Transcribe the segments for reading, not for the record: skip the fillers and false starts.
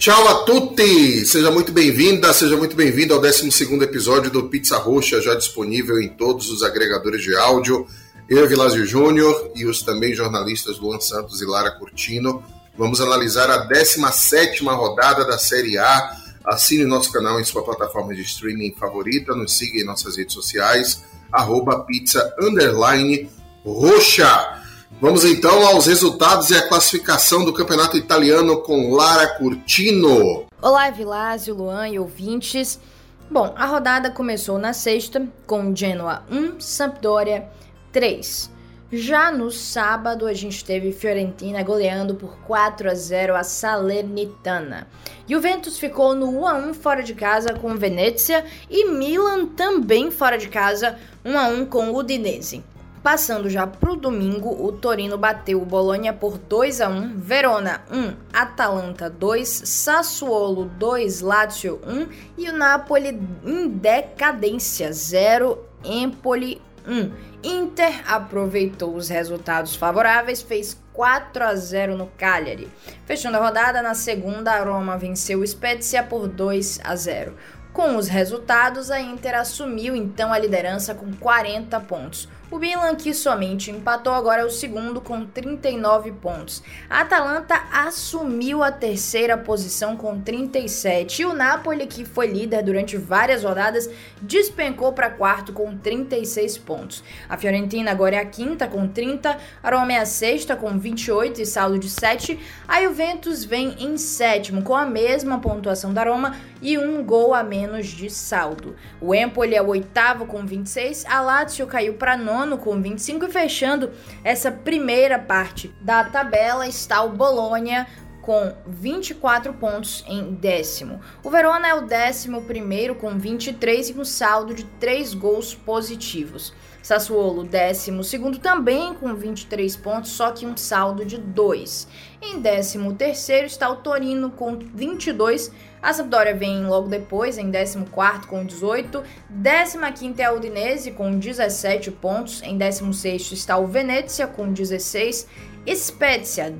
Ciao a tutti! Seja muito bem-vinda, seja muito bem-vindo ao 12º episódio do Pizza Roxa, já disponível em todos os agregadores de áudio. Eu, Vilásio Júnior, e os também jornalistas Luan Santos e Lara Curtino, vamos analisar a 17ª rodada da Série A. Assine nosso canal em sua plataforma de streaming favorita, nos siga em nossas redes sociais, @pizza_roxa. Vamos então aos resultados e à classificação do campeonato italiano com Lara Curtino. Olá, Vilásio, Luan e ouvintes. Bom, a rodada começou na sexta com Genoa 1, Sampdoria 3. Já no sábado a gente teve Fiorentina goleando por 4-0 a Salernitana. Juventus ficou no 1-1 fora de casa com Venezia e Milan também fora de casa 1-1 com Udinese. Passando já para o domingo, o Torino bateu o Bologna por 2-1, Verona 1, Atalanta 2, Sassuolo 2, Lazio 1 e o Napoli em decadência 0, Empoli 1. Inter aproveitou os resultados favoráveis, fez 4-0 no Cagliari. Fechando a rodada, na segunda, a Roma venceu o Spezia por 2-0. Com os resultados, a Inter assumiu então a liderança com 40 pontos. O Milan, que somente empatou, agora é o segundo com 39 pontos. A Atalanta assumiu a terceira posição com 37. E o Napoli, que foi líder durante várias rodadas, despencou para quarto com 36 pontos. A Fiorentina agora é a quinta com 30. A Roma é a sexta com 28 e saldo de 7. A Juventus vem em sétimo com a mesma pontuação da Roma e um gol a menos de saldo. O Empoli é o oitavo com 26. A Lazio caiu para nono com 25 e fechando essa primeira parte da tabela está o Bologna com 24 pontos em décimo. O Verona é o 11º com 23 e um saldo de 3 gols positivos. Sassuolo, 12º também com 23 pontos, só que um saldo de 2. Em 13º está o Torino com 22. A Sampdoria vem logo depois, em 14º com 18. 15ª é a Udinese com 17 pontos. Em 16º está o Venezia com 16. Spezia,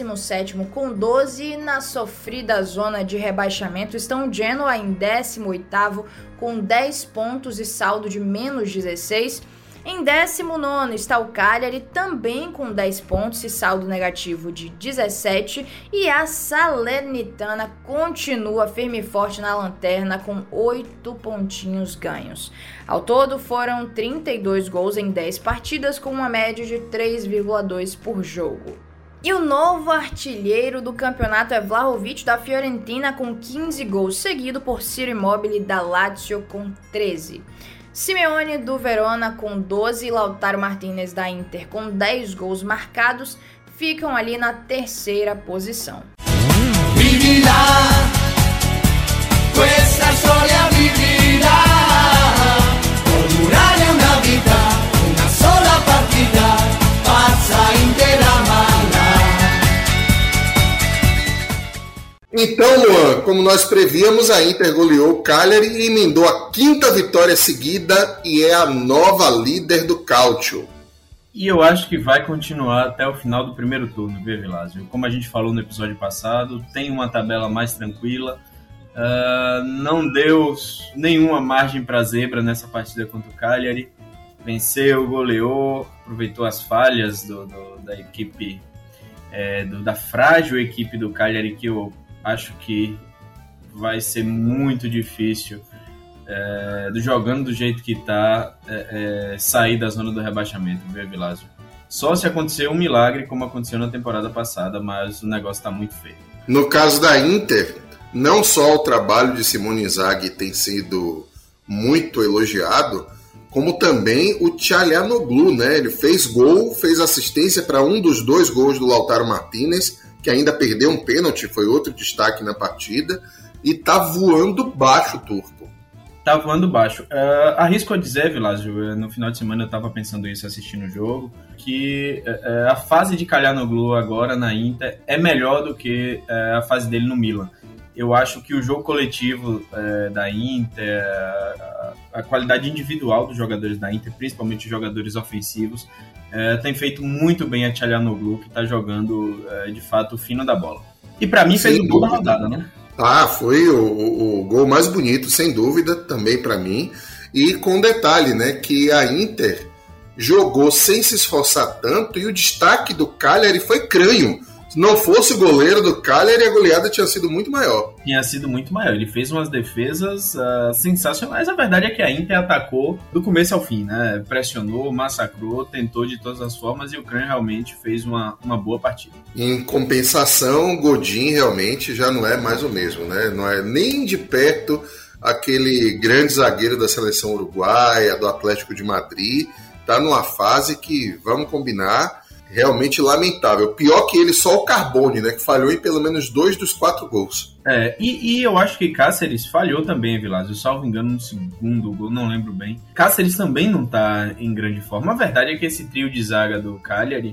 17º com 12. E na sofrida zona de rebaixamento estão o Genoa em 18º com 10 pontos e saldo de menos 16. Em 19º está o Cagliari, também com 10 pontos e saldo negativo de 17. E a Salernitana continua firme e forte na lanterna com 8 pontinhos ganhos. Ao todo foram 32 gols em 10 partidas, com uma média de 3,2 por jogo. E o novo artilheiro do campeonato é Vlahovic da Fiorentina com 15 gols, seguido por Ciro Immobile da Lazio com 13. Simeone do Verona com 12 e Lautaro Martinez da Inter com 10 gols marcados ficam ali na terceira posição. Vivirà, questa storia vivirà, può durare una vita, una sola partita, passa intera mala. Então, Luan, como nós prevíamos, a Inter goleou o Cagliari e emendou a 5ª vitória seguida e é a nova líder do Calcio. E eu acho que vai continuar até o final do primeiro turno, viu, Vilásio? Como a gente falou no episódio passado, tem uma tabela mais tranquila, não deu nenhuma margem para zebra nessa partida contra o Cagliari. Venceu, goleou, aproveitou as falhas da equipe, da frágil equipe do Cagliari, que eu acho que vai ser muito difícil, jogando do jeito que está, sair da zona do rebaixamento, viu, Vilásio? Só se acontecer um milagre, como aconteceu na temporada passada, mas o negócio está muito feio. No caso da Inter, não só o trabalho de Simone Inzaghi tem sido muito elogiado, como também o Çalhanoğlu, né? Ele fez gol, fez assistência para um dos 2 gols do Lautaro Martinez, que ainda perdeu um pênalti, foi outro destaque na partida, e tá voando baixo o turco. Tá voando baixo. Arrisco a dizer, Vilásio, no final de semana eu estava pensando isso assistindo o jogo, que a fase de Çalhanoğlu agora na Inter é melhor do que a fase dele no Milan. Eu acho que o jogo coletivo da Inter, a qualidade individual dos jogadores da Inter, principalmente os jogadores ofensivos, tem feito muito bem a Çalhanoğlu, que está jogando de fato o fino da bola. E para mim fez o gol da rodada, né? Foi o gol mais bonito, sem dúvida, também para mim. E com detalhe, né, que a Inter jogou sem se esforçar tanto e o destaque do Cagliari foi Crânio. Se não fosse o goleiro do Cagliari, a goleada tinha sido muito maior. Tinha sido muito maior. Ele fez umas defesas sensacionais. A verdade é que a Inter atacou do começo ao fim, né? Pressionou, massacrou, tentou de todas as formas e o Crânio realmente fez uma boa partida. Em compensação, Godin realmente já não é mais o mesmo, né? Não é nem de perto aquele grande zagueiro da seleção uruguaia, do Atlético de Madrid. Tá numa fase que, vamos combinar, realmente lamentável. Pior que ele, só o Carbone, né? Que falhou em pelo menos 2 dos 4 gols. E eu acho que Cáceres falhou também, Vilásio. Salvo engano, no segundo gol, não lembro bem. Cáceres também não tá em grande forma. A verdade é que esse trio de zaga do Cagliari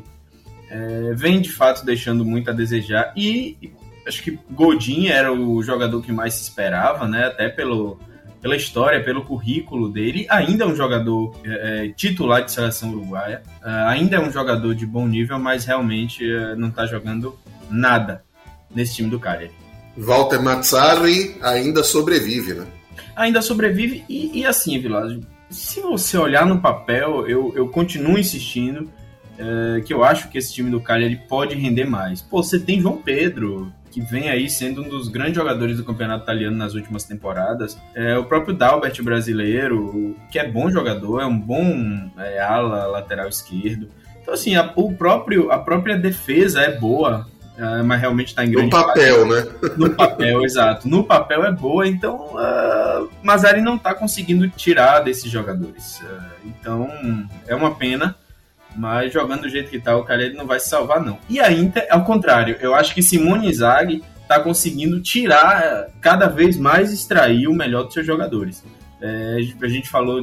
vem, de fato, deixando muito a desejar. E acho que Godin era o jogador que mais se esperava, né? Até pela história, pelo currículo dele, ainda é um jogador titular de seleção uruguaia, ainda é um jogador de bom nível, mas realmente não está jogando nada nesse time do Cagliari. Walter Mazzarri ainda sobrevive, né? Ainda sobrevive e assim, Vilásio, se você olhar no papel, eu continuo insistindo que eu acho que esse time do Cagliari pode render mais. Pô, você tem João Pedro, que vem aí sendo um dos grandes jogadores do campeonato italiano nas últimas temporadas. O próprio Dalbert brasileiro, que é bom jogador, é um bom ala lateral esquerdo. Então, assim, a própria defesa é boa, mas realmente está em grande no papel, né? No papel, exato. No papel é boa, então Mazzarri não está conseguindo tirar desses jogadores. Então, é uma pena. Mas jogando do jeito que tá, o Cagliari não vai se salvar, não. E a Inter, ao contrário, eu acho que Simone Inzaghi tá conseguindo tirar, cada vez mais extrair o melhor dos seus jogadores. A gente falou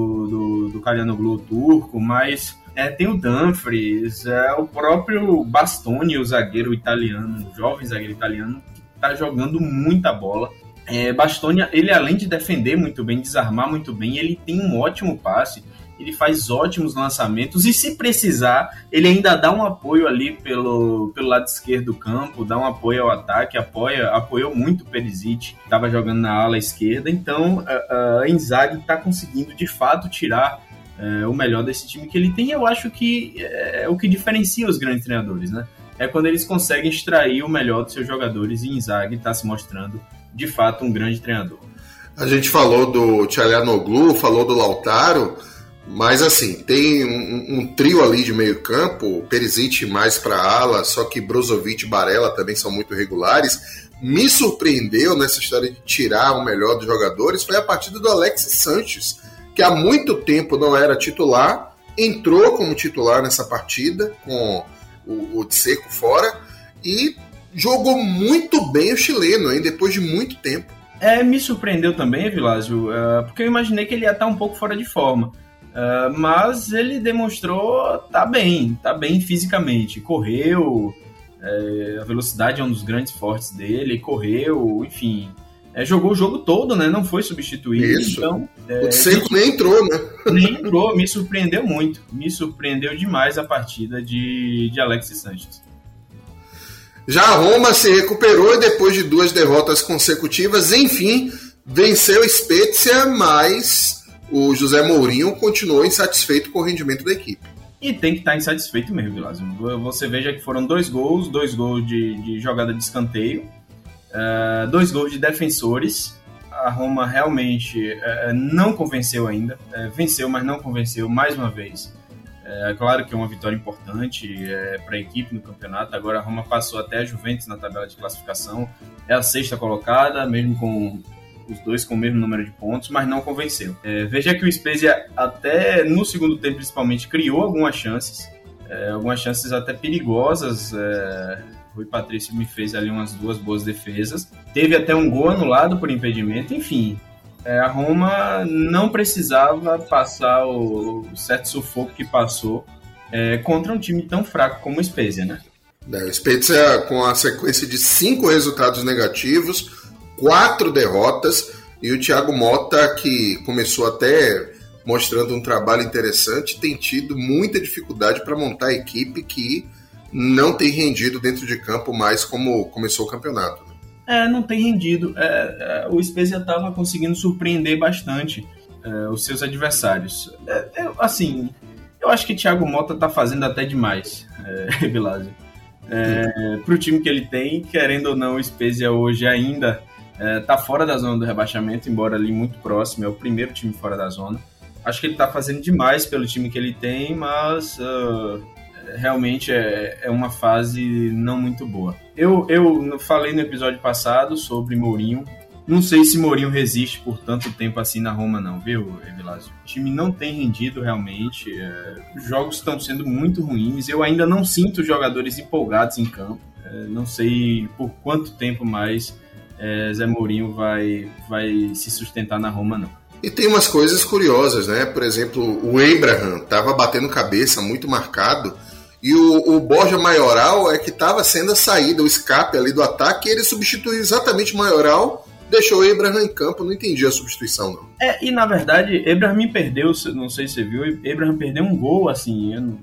do Calhanoglu turco, mas tem o Dumfries, o próprio Bastoni, o zagueiro italiano, o jovem zagueiro italiano, que tá jogando muita bola. Bastoni, ele além de defender muito bem, desarmar muito bem, ele tem um ótimo passe. Ele faz ótimos lançamentos e, se precisar, ele ainda dá um apoio ali pelo lado esquerdo do campo, dá um apoio ao ataque, apoiou muito o Perisic, que estava jogando na ala esquerda. Então, a Inzaghi está conseguindo, de fato, tirar o melhor desse time que ele tem. E eu acho que é o que diferencia os grandes treinadores, né? É quando eles conseguem extrair o melhor dos seus jogadores, e Inzaghi está se mostrando, de fato, um grande treinador. A gente falou do Çalhanoğlu, falou do Lautaro, mas assim, tem um trio ali de meio campo, Perisic mais para ala, só que Brozovic e Barella também são muito regulares. Me surpreendeu nessa história de tirar o melhor dos jogadores foi a partida do Alexis Sanches, que há muito tempo não era titular, entrou como titular nessa partida, com o Dzeko fora, e jogou muito bem o chileno, hein, depois de muito tempo. Me surpreendeu também, Vilásio, porque eu imaginei que ele ia estar um pouco fora de forma. Mas ele demonstrou tá bem fisicamente, correu, a velocidade é um dos grandes fortes dele, correu, enfim, jogou o jogo todo, né? Não foi substituído. Isso. Então, o Dzeko nem entrou, né? Nem entrou, me surpreendeu muito, me surpreendeu demais a partida de Alexis Sanches. Já a Roma se recuperou e depois de 2 derrotas consecutivas, enfim, venceu o Spezia, mas o José Mourinho continuou insatisfeito com o rendimento da equipe. E tem que estar insatisfeito mesmo, Vilásio. Você veja que foram 2 gols de jogada de escanteio, 2 gols de defensores. A Roma realmente não convenceu ainda, venceu, mas não convenceu mais uma vez. É claro que é uma vitória importante para a equipe no campeonato. Agora a Roma passou até a Juventus na tabela de classificação, é a 6ª colocada, mesmo com os 2 com o mesmo número de pontos, mas não convenceu. Veja que o Spezia, até no segundo tempo principalmente, criou algumas chances até perigosas. Rui Patrício me fez ali umas 2 boas defesas. Teve até um gol anulado por impedimento. Enfim, a Roma não precisava passar o certo sufoco que passou contra um time tão fraco como o Spezia, né? O Spezia, com a sequência de 5 resultados negativos, 4 derrotas, e o Thiago Motta, que começou até mostrando um trabalho interessante, tem tido muita dificuldade para montar a equipe que não tem rendido dentro de campo mais como começou o campeonato. Não tem rendido. O Spezia estava conseguindo surpreender bastante os seus adversários. Eu acho que Thiago Motta está fazendo até demais, Vilásio. Para o time que ele tem, querendo ou não, o Spezia hoje ainda está fora da zona do rebaixamento, embora ali muito próximo, é o primeiro time fora da zona. Acho que ele está fazendo demais pelo time que ele tem, mas realmente é uma fase não muito boa. Eu falei no episódio passado sobre Mourinho. Não sei se Mourinho resiste por tanto tempo assim na Roma não, viu, Evilásio? O time não tem rendido realmente, os jogos estão sendo muito ruins, eu ainda não sinto jogadores empolgados em campo, não sei por quanto tempo mais Zé Mourinho vai se sustentar na Roma não. E tem umas coisas curiosas, né? Por exemplo, o Abraham estava batendo cabeça, muito marcado, e o Borja Maioral que estava sendo a saída, o escape ali do ataque, e ele substituiu exatamente o Maioral, deixou o Abraham em campo. Não entendi a substituição, não. E na verdade, Abraham me perdeu, não sei se você viu, Abraham perdeu um gol, assim,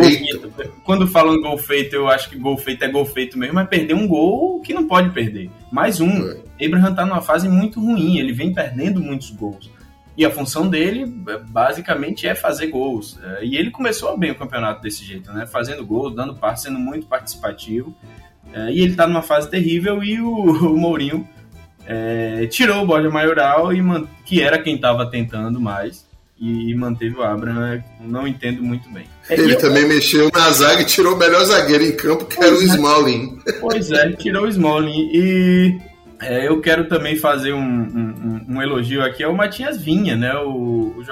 quando falam gol feito, eu acho que gol feito é gol feito mesmo, mas perdeu um gol que não pode perder. Mais um. Abraham tá numa fase muito ruim, ele vem perdendo muitos gols. E a função dele, basicamente, é fazer gols. E ele começou bem o campeonato desse jeito, né? Fazendo gols, dando parte, sendo muito participativo. E ele tá numa fase terrível e o Mourinho tirou o Borja Maioral, que era quem estava tentando mais, e manteve o Abraham. Não entendo muito bem. Ele também mexeu na zaga e tirou o melhor zagueiro em campo, que era o Smalling. Pois é, tirou o Smalling. E eu quero também fazer um elogio aqui ao Matias Vinha, né? O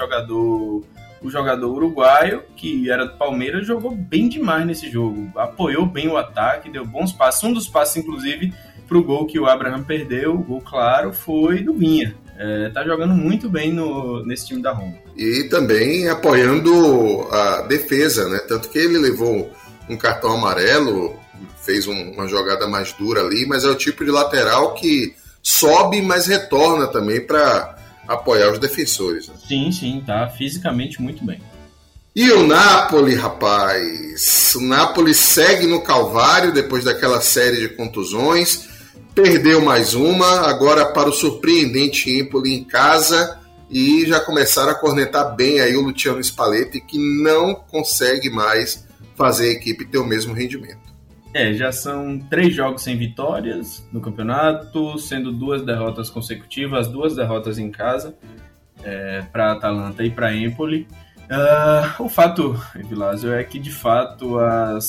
jogador uruguaio, que era do Palmeiras, jogou bem demais nesse jogo. Apoiou bem o ataque, deu bons passos. Um dos passos, inclusive, pro gol que o Abraham perdeu, o gol claro, foi do Vinha. Tá jogando muito bem nesse time da Roma. E também apoiando a defesa, né? Tanto que ele levou um cartão amarelo, fez uma jogada mais dura ali, mas é o tipo de lateral que sobe, mas retorna também para apoiar os defensores. Né? Sim, tá fisicamente muito bem. E o Napoli, rapaz? O Napoli segue no calvário depois daquela série de contusões. Perdeu mais uma, agora para o surpreendente Empoli em casa, e já começaram a cornetar bem aí o Luciano Spalletti, que não consegue mais fazer a equipe ter o mesmo rendimento. Já são 3 jogos sem vitórias no campeonato, sendo 2 derrotas consecutivas, 2 derrotas em casa, para Atalanta e para Empoli. O fato, Vilásio, é que de fato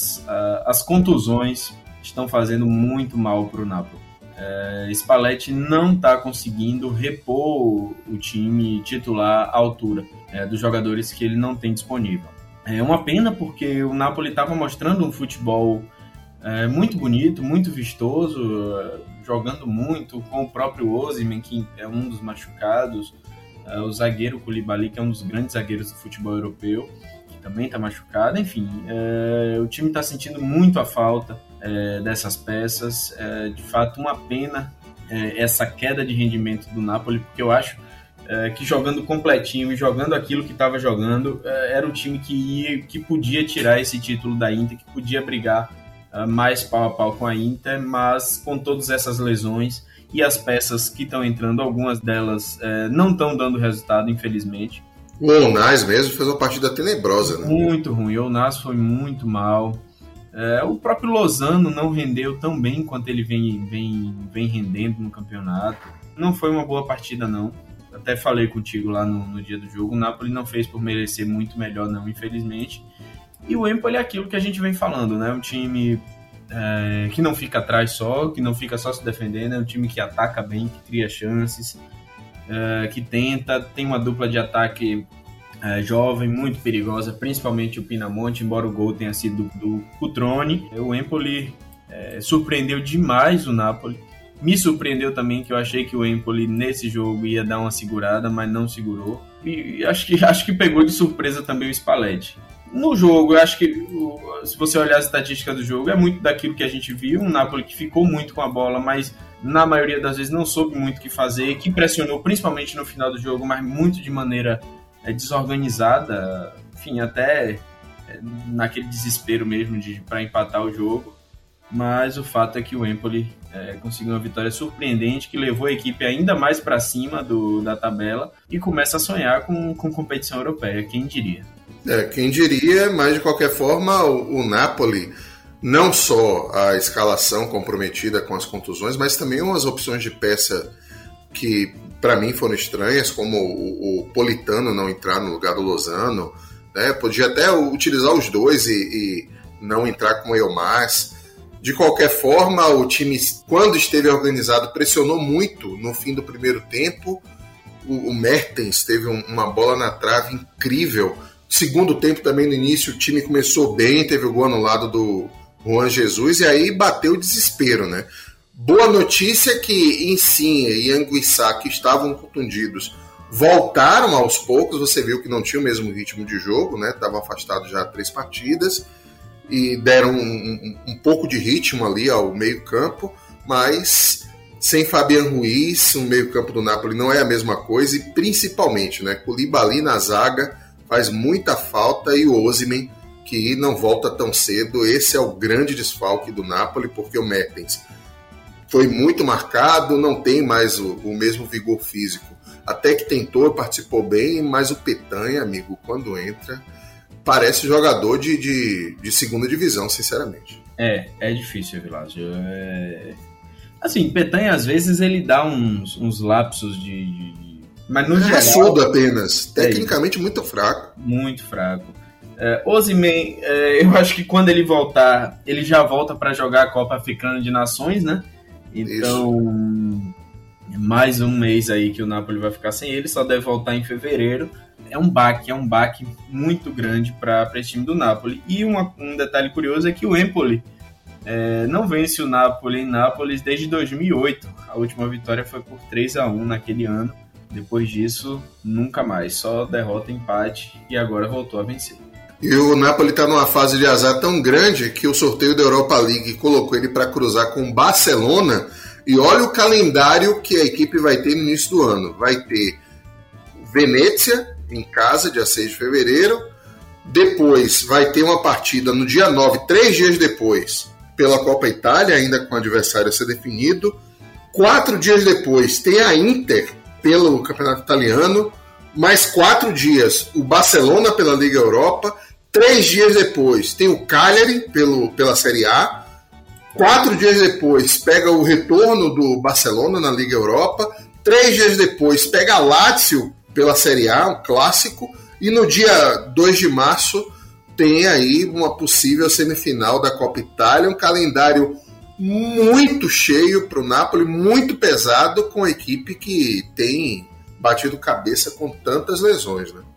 as contusões estão fazendo muito mal para o Napoli. Spalletti não está conseguindo repor o time titular à altura dos jogadores que ele não tem disponível. É uma pena porque o Napoli estava mostrando um futebol muito bonito, muito vistoso, jogando muito, com o próprio Osimhen, que é um dos machucados, o zagueiro Koulibaly, que é um dos grandes zagueiros do futebol europeu, que também está machucado. Enfim, o time está sentindo muito a falta dessas peças. De fato, uma pena essa queda de rendimento do Napoli, porque eu acho que jogando completinho e jogando aquilo que estava jogando, era um time que podia tirar esse título da Inter, que podia brigar mais pau a pau com a Inter, mas com todas essas lesões e as peças que estão entrando, algumas delas não estão dando resultado, infelizmente. O Onás mesmo fez uma partida tenebrosa, né? Muito ruim, o Onás foi muito mal. O próprio Lozano não rendeu tão bem quanto ele vem rendendo no campeonato. Não foi uma boa partida, não. Até falei contigo lá no dia do jogo, o Napoli não fez por merecer muito melhor, não, infelizmente. E o Empoli é aquilo que a gente vem falando, né? Um time que não fica atrás só, que não fica só se defendendo, é um time que ataca bem, que cria chances, que tenta, tem uma dupla de ataque jovem, muito perigosa, principalmente o Pinamonti, embora o gol tenha sido do Cutrone. O Empoli surpreendeu demais o Napoli. Me surpreendeu também, que eu achei que o Empoli nesse jogo ia dar uma segurada, mas não segurou. E acho que pegou de surpresa também o Spalletti. No jogo, eu acho que, se você olhar as estatísticas do jogo, é muito daquilo que a gente viu. Um Napoli que ficou muito com a bola, mas na maioria das vezes não soube muito o que fazer, que pressionou principalmente no final do jogo, mas muito de maneira desorganizada, enfim, até naquele desespero mesmo para empatar o jogo. mas o fato é que o Empoli conseguiu uma vitória surpreendente que levou a equipe ainda mais para cima da tabela e começa a sonhar com competição europeia, quem diria? Quem diria, mas de qualquer forma o Napoli, não só a escalação comprometida com as contusões, mas também umas opções de peça que para mim foram estranhas, como o Politano não entrar no lugar do Lozano, né? Podia até utilizar os dois e não entrar com o Elmas. De qualquer forma, o time, quando esteve organizado, pressionou muito no fim do primeiro tempo. O Mertens teve uma bola na trave incrível. Segundo tempo também, no início, o time começou bem, teve o gol anulado do Juan Jesus, e aí bateu o desespero, né? Boa notícia que Insigne e Anguissa, que estavam contundidos, voltaram aos poucos. Você viu que não tinha o mesmo ritmo de jogo, né? Estavam afastados já há 3 partidas e deram um pouco de ritmo ali ao meio-campo, mas sem Fabian Ruiz, o meio-campo do Napoli não é a mesma coisa, e principalmente, né, Koulibaly na zaga faz muita falta, e o Osimhen, que não volta tão cedo. Esse é o grande desfalque do Napoli, porque o Mertens foi muito marcado, não tem mais o mesmo vigor físico. Até que tentou, participou bem, mas o Petanha, amigo, quando entra, parece jogador de segunda divisão, sinceramente. É difícil, Vilásio. Assim, Petanha, às vezes, ele dá uns lapsos mas no geral... Raçudo apenas. Tecnicamente, muito fraco. Muito fraco. Osimhen, eu acho que quando ele voltar, ele já volta para jogar a Copa Africana de Nações, né? Então, mais um mês aí que o Napoli vai ficar sem ele, só deve voltar em fevereiro. É um baque muito grande para esse time do Napoli. E um detalhe curioso é que o Empoli não vence o Napoli em Nápoles desde 2008. A última vitória foi por 3-1 naquele ano. Depois disso, nunca mais. Só derrota, empate, e agora voltou a vencer. E o Napoli está numa fase de azar tão grande que o sorteio da Europa League colocou ele para cruzar com o Barcelona. E olha o calendário que a equipe vai ter no início do ano. Vai ter Venezia em casa, dia 6 de fevereiro. Depois vai ter uma partida no dia 9, 3 dias depois, pela Copa Itália, ainda com o adversário a ser definido. 4 dias depois tem a Inter pelo Campeonato Italiano. Mais 4 dias o Barcelona pela Liga Europa. 3 dias depois tem o Cagliari pela Série A. 4 dias depois pega o retorno do Barcelona na Liga Europa. 3 dias depois pega a Lazio pela Série A, um clássico. E no dia 2 de março tem aí uma possível semifinal da Copa Itália. Um calendário muito cheio para o Napoli, muito pesado, com a equipe que tem batido cabeça com tantas lesões, né?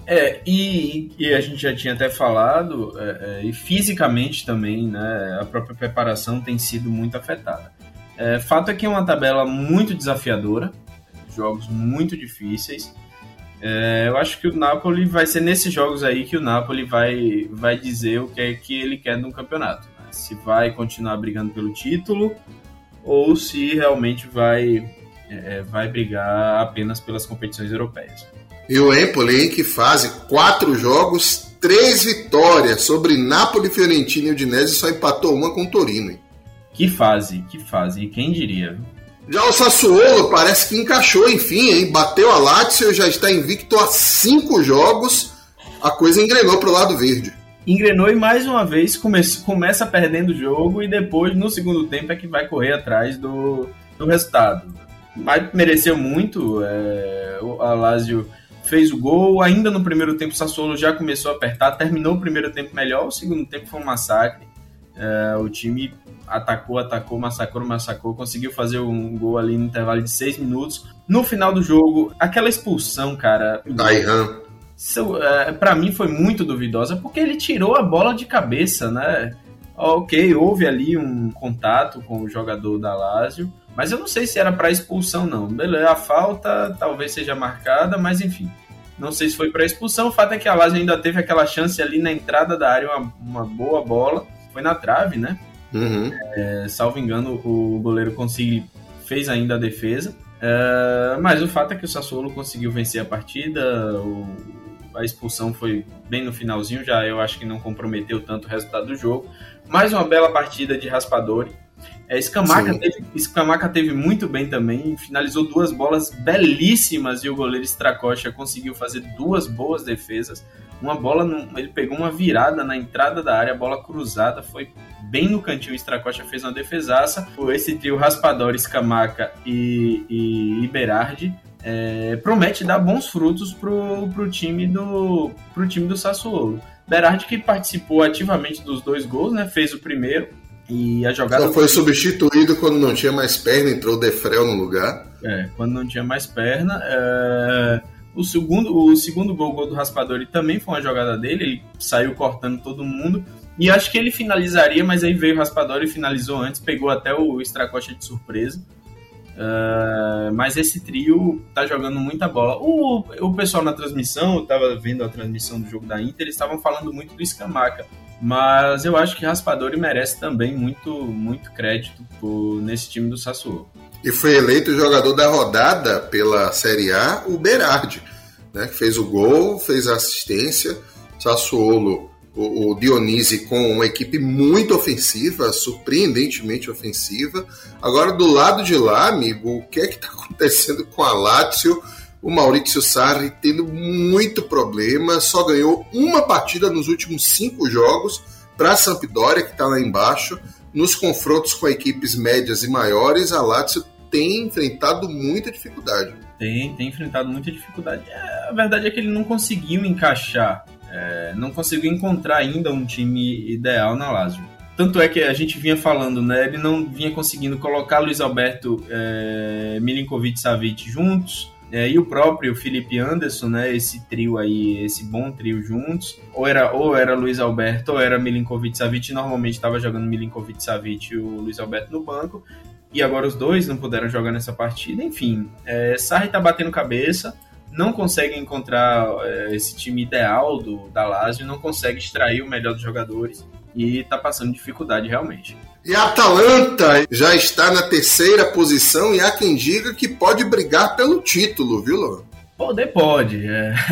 E a gente já tinha até falado, e fisicamente também, né, a própria preparação tem sido muito afetada. Fato é que é uma tabela muito desafiadora, jogos muito difíceis. Eu acho que o Napoli vai ser nesses jogos aí que o Napoli vai dizer o que é que ele quer no campeonato, né? Se vai continuar brigando pelo título ou se realmente vai brigar apenas pelas competições europeias. E o Empoli, em que fase? 4 jogos, 3 vitórias sobre Napoli, Fiorentina e Udinese, só empatou uma com o Torino. Hein? Que fase, e quem diria? Já o Sassuolo parece que encaixou, enfim, hein? Bateu a Lazio, já está invicto há 5 jogos, a coisa engrenou para o lado verde. Engrenou e mais uma vez começa perdendo o jogo e depois, no segundo tempo, é que vai correr atrás do resultado. Mas mereceu muito, a Lazio fez o gol, ainda no primeiro tempo o Sassuolo já começou a apertar, terminou o primeiro tempo melhor, o segundo tempo foi um massacre, o time atacou, massacrou, conseguiu fazer um gol ali no intervalo de 6 minutos. No final do jogo, aquela expulsão, cara, Daihan, pra mim foi muito duvidosa, porque ele tirou a bola de cabeça, né? Ok, houve ali um contato com o jogador da Lazio, mas eu não sei se era para expulsão, não. Beleza, a falta talvez seja marcada, mas enfim, não sei se foi para expulsão. O fato é que a Lazio ainda teve aquela chance ali na entrada da área, uma boa bola, foi na trave, né? Uhum. Salvo engano, o goleiro fez ainda a defesa, mas o fato é que o Sassuolo conseguiu vencer a partida. A expulsão foi bem no finalzinho, já eu acho que não comprometeu tanto o resultado do jogo, Mais uma bela partida de Raspadori. Scamacca teve muito bem também, finalizou 2 bolas belíssimas e o goleiro Stracocha conseguiu fazer 2 boas defesas. Uma bola, ele pegou uma virada na entrada da área, a bola cruzada, foi bem no cantinho, o Stracocha fez uma defesaça. Esse trio Raspadori, Scamacca e Berardi promete dar bons frutos pro time do Sassuolo. Berardi, que participou ativamente dos 2 gols, né, fez o primeiro. E a jogada só foi substituído quando não tinha mais perna, entrou o Defrel no lugar. Quando não tinha mais perna. O segundo gol do Raspadori também foi uma jogada dele, ele saiu cortando todo mundo. E acho que ele finalizaria, mas aí veio o Raspadori e finalizou antes, pegou até o Stracocha de surpresa. Mas esse trio tá jogando muita bola. O pessoal na transmissão, eu tava vendo a transmissão do jogo da Inter, eles estavam falando muito do Scamacca. Mas eu acho que Raspadori merece também muito crédito nesse time do Sassuolo. E foi eleito o jogador da rodada pela Série A, o Berardi, né, que fez o gol, fez a assistência. Sassuolo, o Dionisi com uma equipe muito ofensiva, surpreendentemente ofensiva. Agora, do lado de lá, amigo, o que é que está acontecendo com a Lazio? O Maurizio Sarri tendo muito problema, só ganhou uma partida nos últimos 5 jogos para a Sampdoria, que está lá embaixo. Nos confrontos com equipes médias e maiores, a Lazio tem enfrentado muita dificuldade. Tem enfrentado muita dificuldade. A verdade é que ele não conseguiu encaixar, não conseguiu encontrar ainda um time ideal na Lazio. Tanto é que a gente vinha falando, né? Ele não vinha conseguindo colocar Luiz Alberto, Milinkovic-Savic juntos, e o próprio Felipe Anderson, né, esse trio aí, esse bom trio juntos, ou era Luiz Alberto ou era Milinkovic-Savic. Normalmente estava jogando Milinkovic-Savic e o Luiz Alberto no banco, e agora os dois não puderam jogar nessa partida. Enfim, Sarri tá batendo cabeça, não consegue encontrar esse time ideal da Lazio, não consegue extrair o melhor dos jogadores e tá passando dificuldade realmente. E a Atalanta já está na 3ª posição e há quem diga que pode brigar pelo título, viu, Luan? Pode.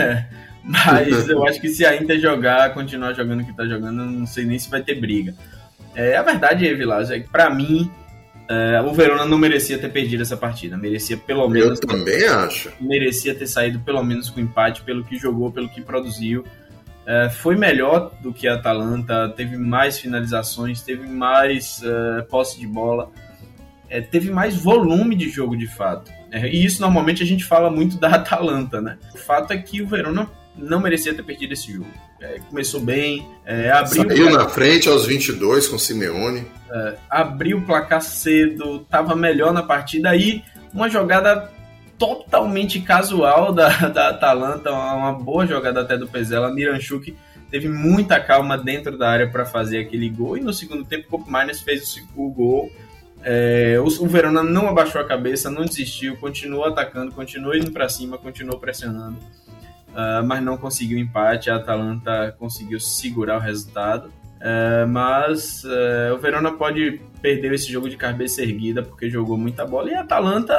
Mas eu acho que se a Inter continuar jogando o que está jogando, eu não sei nem se vai ter briga. A verdade, Vilas, é que para mim o Verona não merecia ter perdido essa partida. Merecia pelo menos... Eu também acho. Merecia ter saído pelo menos com empate, pelo que jogou, pelo que produziu. Foi melhor do que a Atalanta, teve mais finalizações, teve mais posse de bola, teve mais volume de jogo de fato. E isso normalmente a gente fala muito da Atalanta, né? O fato é que o Verona não merecia ter perdido esse jogo. Começou bem, saiu na frente aos 22 com o Simeone. Abriu o placar cedo, estava melhor na partida, aí uma jogada totalmente casual da Atalanta, uma boa jogada até do Pezzella. Miranchuk teve muita calma dentro da área para fazer aquele gol, e no segundo tempo o Koopmeiners fez o gol. O Verona não abaixou a cabeça, não desistiu, continuou atacando, continuou indo para cima, continuou pressionando, mas não conseguiu empate. A Atalanta conseguiu segurar o resultado, mas o Verona pode perder esse jogo de cabeça erguida porque jogou muita bola, e a Atalanta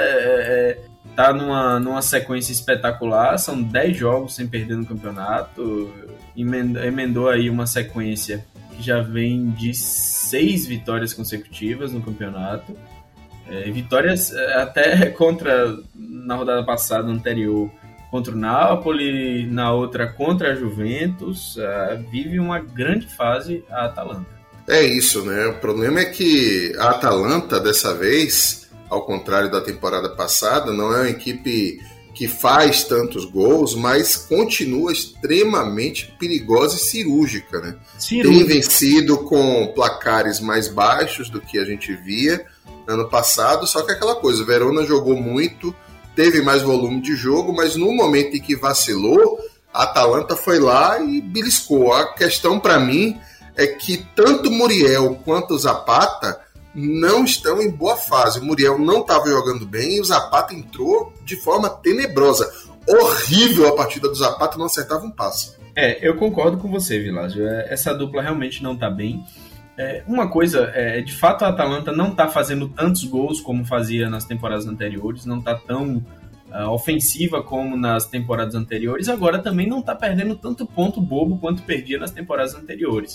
tá numa sequência espetacular. São 10 jogos sem perder no campeonato, emendou aí uma sequência que já vem de 6 vitórias consecutivas no campeonato, vitórias até na rodada passada, anterior, contra o Napoli, na outra contra a Juventus. Vive uma grande fase a Atalanta. É isso, né? O problema é que a Atalanta, dessa vez, ao contrário da temporada passada, não é uma equipe que faz tantos gols, mas continua extremamente perigosa e cirúrgica, né? Tem vencido com placares mais baixos do que a gente via ano passado, só que aquela coisa, o Verona jogou muito, teve mais volume de jogo, mas no momento em que vacilou, a Atalanta foi lá e beliscou. A questão para mim é que tanto Muriel quanto o Zapata não estão em boa fase. O Muriel não estava jogando bem e o Zapata entrou de forma tenebrosa. Horrível a partida do Zapata, não acertava um passe. Eu concordo com você, Vilásio. Essa dupla realmente não está bem. Uma coisa, de fato a Atalanta não está fazendo tantos gols como fazia nas temporadas anteriores, não está tão ofensiva como nas temporadas anteriores, agora também não está perdendo tanto ponto bobo quanto perdia nas temporadas anteriores.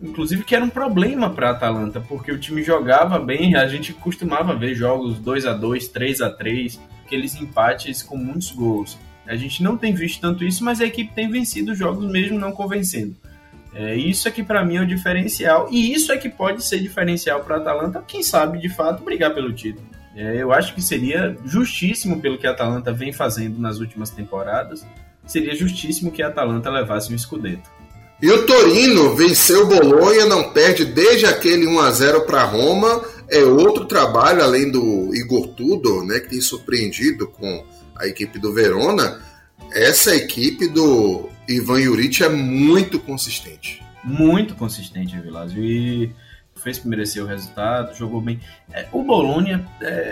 inclusive que era um problema para a Atalanta, porque o time jogava bem, a gente costumava ver jogos 2-2, 3-3, aqueles empates com muitos gols. A gente não tem visto tanto isso, mas a equipe tem vencido os jogos mesmo não convencendo. Isso é que para mim é o diferencial, e isso é que pode ser diferencial para a Atalanta, quem sabe de fato brigar pelo título. Eu acho que seria justíssimo pelo que a Atalanta vem fazendo nas últimas temporadas, seria justíssimo que a Atalanta levasse um Scudetto. E o Torino venceu o Bolonha, não perde desde aquele 1-0 para Roma. É outro trabalho, além do Igor Tudor, né, que tem surpreendido com a equipe do Verona. Essa equipe do Ivan Juric é muito consistente. Muito consistente, Vilásio. E fez que mereceu o resultado, jogou bem. O Bolonha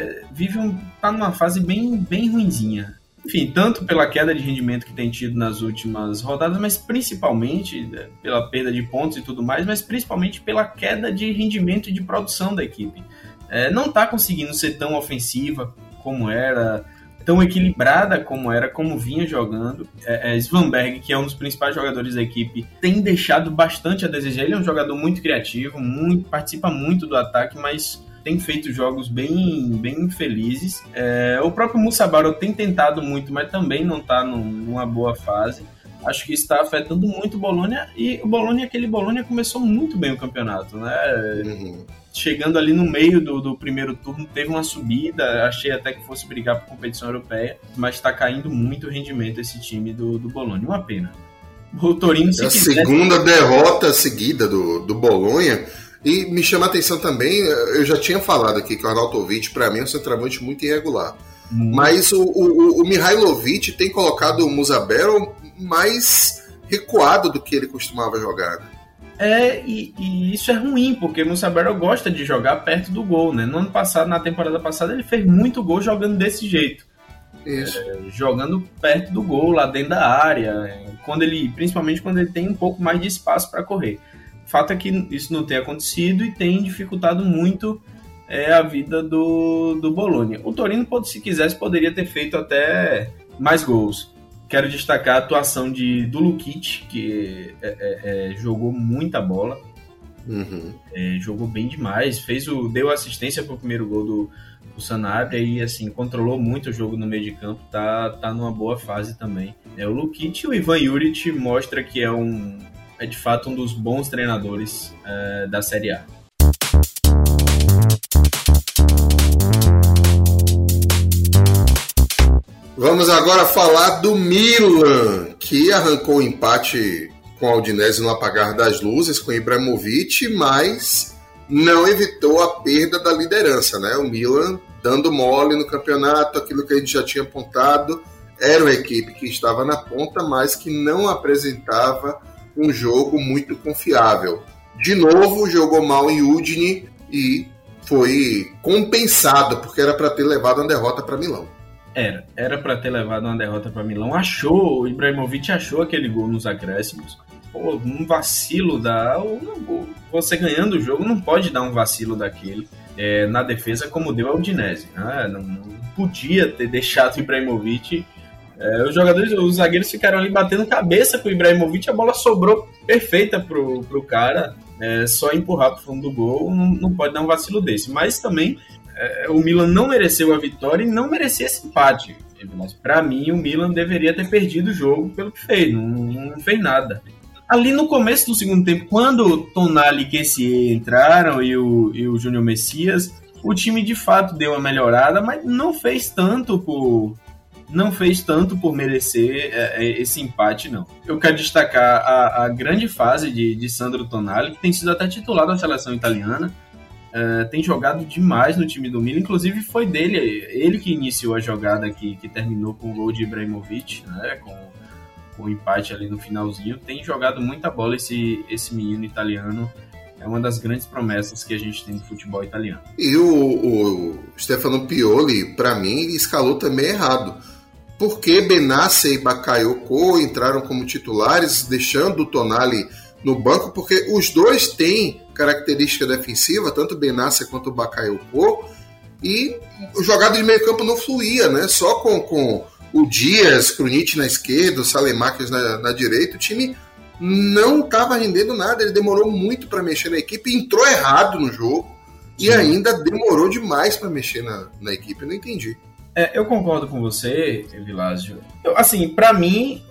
tá numa fase bem ruinzinha. Enfim, tanto pela queda de rendimento que tem tido nas últimas rodadas, mas principalmente pela perda de pontos e tudo mais, mas principalmente pela queda de rendimento e de produção da equipe. Não está conseguindo ser tão ofensiva como era, tão equilibrada como era, como vinha jogando. Svanberg, que é um dos principais jogadores da equipe, tem deixado bastante a desejar. Ele é um jogador muito criativo, participa muito do ataque, mas tem feito jogos bem felizes. O próprio Moussa Barrow tem tentado muito, mas também não está numa boa fase. Acho que isso está afetando muito o Bolonha, e o Bolonha, aquele Bolonha começou muito bem o campeonato, né? Chegando ali no meio do primeiro turno, teve uma subida, achei até que fosse brigar por competição europeia, mas está caindo muito o rendimento esse time do Bolonha, uma pena. O Torino, se quiser... segunda derrota seguida do Bolonha. E me chama a atenção também, eu já tinha falado aqui que o Arnautovic, para mim, é um centroavante muito irregular. Mas o Mihailovic tem colocado o Moussa Barrow mais recuado do que ele costumava jogar. E isso é ruim, porque o Moussa Barrow gosta de jogar perto do gol, né? No ano passado, na temporada passada, ele fez muito gol jogando desse jeito. Isso. Jogando perto do gol, lá dentro da área, principalmente quando ele tem um pouco mais de espaço para correr. O fato é que isso não tem acontecido e tem dificultado muito a vida do Bolonha. O Torino, se quisesse, poderia ter feito até mais gols. Quero destacar a atuação do Lukic, que jogou muita bola. Jogou bem demais. Deu assistência para o primeiro gol do Sanabria e assim, controlou muito o jogo no meio de campo. Tá numa boa fase também. O Lukic e o Ivan Juric mostra que é de fato um dos bons treinadores da Série A. Vamos agora falar do Milan, que arrancou o empate com a Udinese no apagar das luzes, com o Ibrahimovic, mas não evitou a perda da liderança, né? O Milan dando mole no campeonato, aquilo que a gente já tinha apontado, era uma equipe que estava na ponta, mas que não apresentava um jogo muito confiável. De novo, jogou mal em Udine e foi compensado, porque era para ter levado uma derrota para Milão. Era para ter levado uma derrota para Milão. O Ibrahimovic achou aquele gol nos acréscimos. Um vacilo você ganhando o jogo não pode dar um vacilo daquele na defesa como deu a Udinese, né? Não podia ter deixado o Ibrahimovic. Os zagueiros ficaram ali batendo cabeça com o Ibrahimovic, a bola sobrou perfeita pro cara, só empurrar pro fundo do gol, não pode dar um vacilo desse. Mas também o Milan não mereceu a vitória e não merecia esse empate. Para mim, o Milan deveria ter perdido o jogo pelo que fez, não fez nada. Ali no começo do segundo tempo, quando o Tonali e Kessié entraram e o Júnior Messias, o time de fato deu uma melhorada, mas não fez tanto por merecer esse empate, não. Eu quero destacar a grande fase de Sandro Tonali, que tem sido até titular da seleção italiana, tem jogado demais no time do Milan, inclusive foi ele que iniciou a jogada que terminou com o gol de Ibrahimovic, né, com o empate ali no finalzinho. Tem jogado muita bola esse menino italiano, é uma das grandes promessas que a gente tem no futebol italiano. E o Stefano Pioli, para mim, escalou também errado. Porque Benassi e Bakayoko entraram como titulares, deixando o Tonali no banco, porque os dois têm característica defensiva, tanto o Benassi quanto o Bakayoko, e o jogada de meio campo não fluía, né? Só com o Dias, Krunic na esquerda, o Saelemaekers na direita, o time não estava rendendo nada, ele demorou muito para mexer na equipe, entrou errado no jogo e ainda demorou demais para mexer na equipe, eu não entendi. Eu concordo com você, Vilásio. Assim, para mim,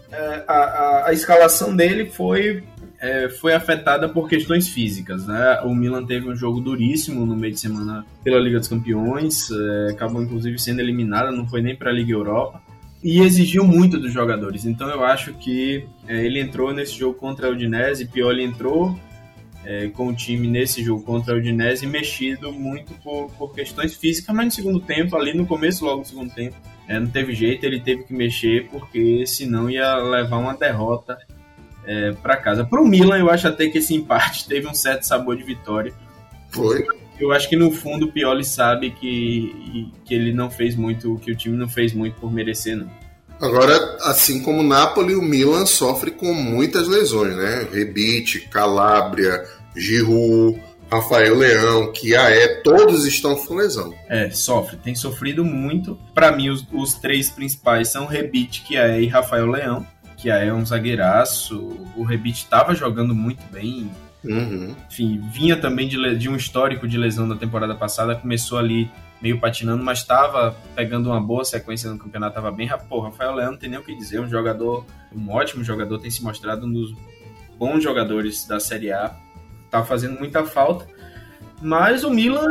a escalação dele foi afetada por questões físicas, né? O Milan teve um jogo duríssimo no meio de semana pela Liga dos Campeões, acabou inclusive sendo eliminado, não foi nem para a Liga Europa, e exigiu muito dos jogadores. Então eu acho que ele entrou nesse jogo contra a Udinese, Pioli entrou com o time nesse jogo contra a Udinese mexido muito por questões físicas, mas no segundo tempo, ali no começo, logo no segundo tempo, não teve jeito, ele teve que mexer, porque senão ia levar uma derrota para casa. Para o Milan, eu acho até que esse empate teve um certo sabor de vitória. Foi. Eu acho que no fundo o Pioli sabe que ele não fez muito, que o time não fez muito por merecer, não. Agora, assim como o Napoli, o Milan sofre com muitas lesões, né? Rebic, Calabria, Giroud, Rafael Leão, Kiaé, todos estão com lesão. Tem sofrido muito. Para mim, os três principais são Rebic, Kiaé e Rafael Leão. Kiaé é um zagueiraço, o Rebic estava jogando muito bem. Uhum. Enfim, vinha também de um histórico de lesão da temporada passada, começou ali meio patinando, mas estava pegando uma boa sequência no campeonato, estava bem. Rafael Leão não tem nem o que dizer, um ótimo jogador, tem se mostrado um dos bons jogadores da Série A, tá fazendo muita falta, mas o Milan,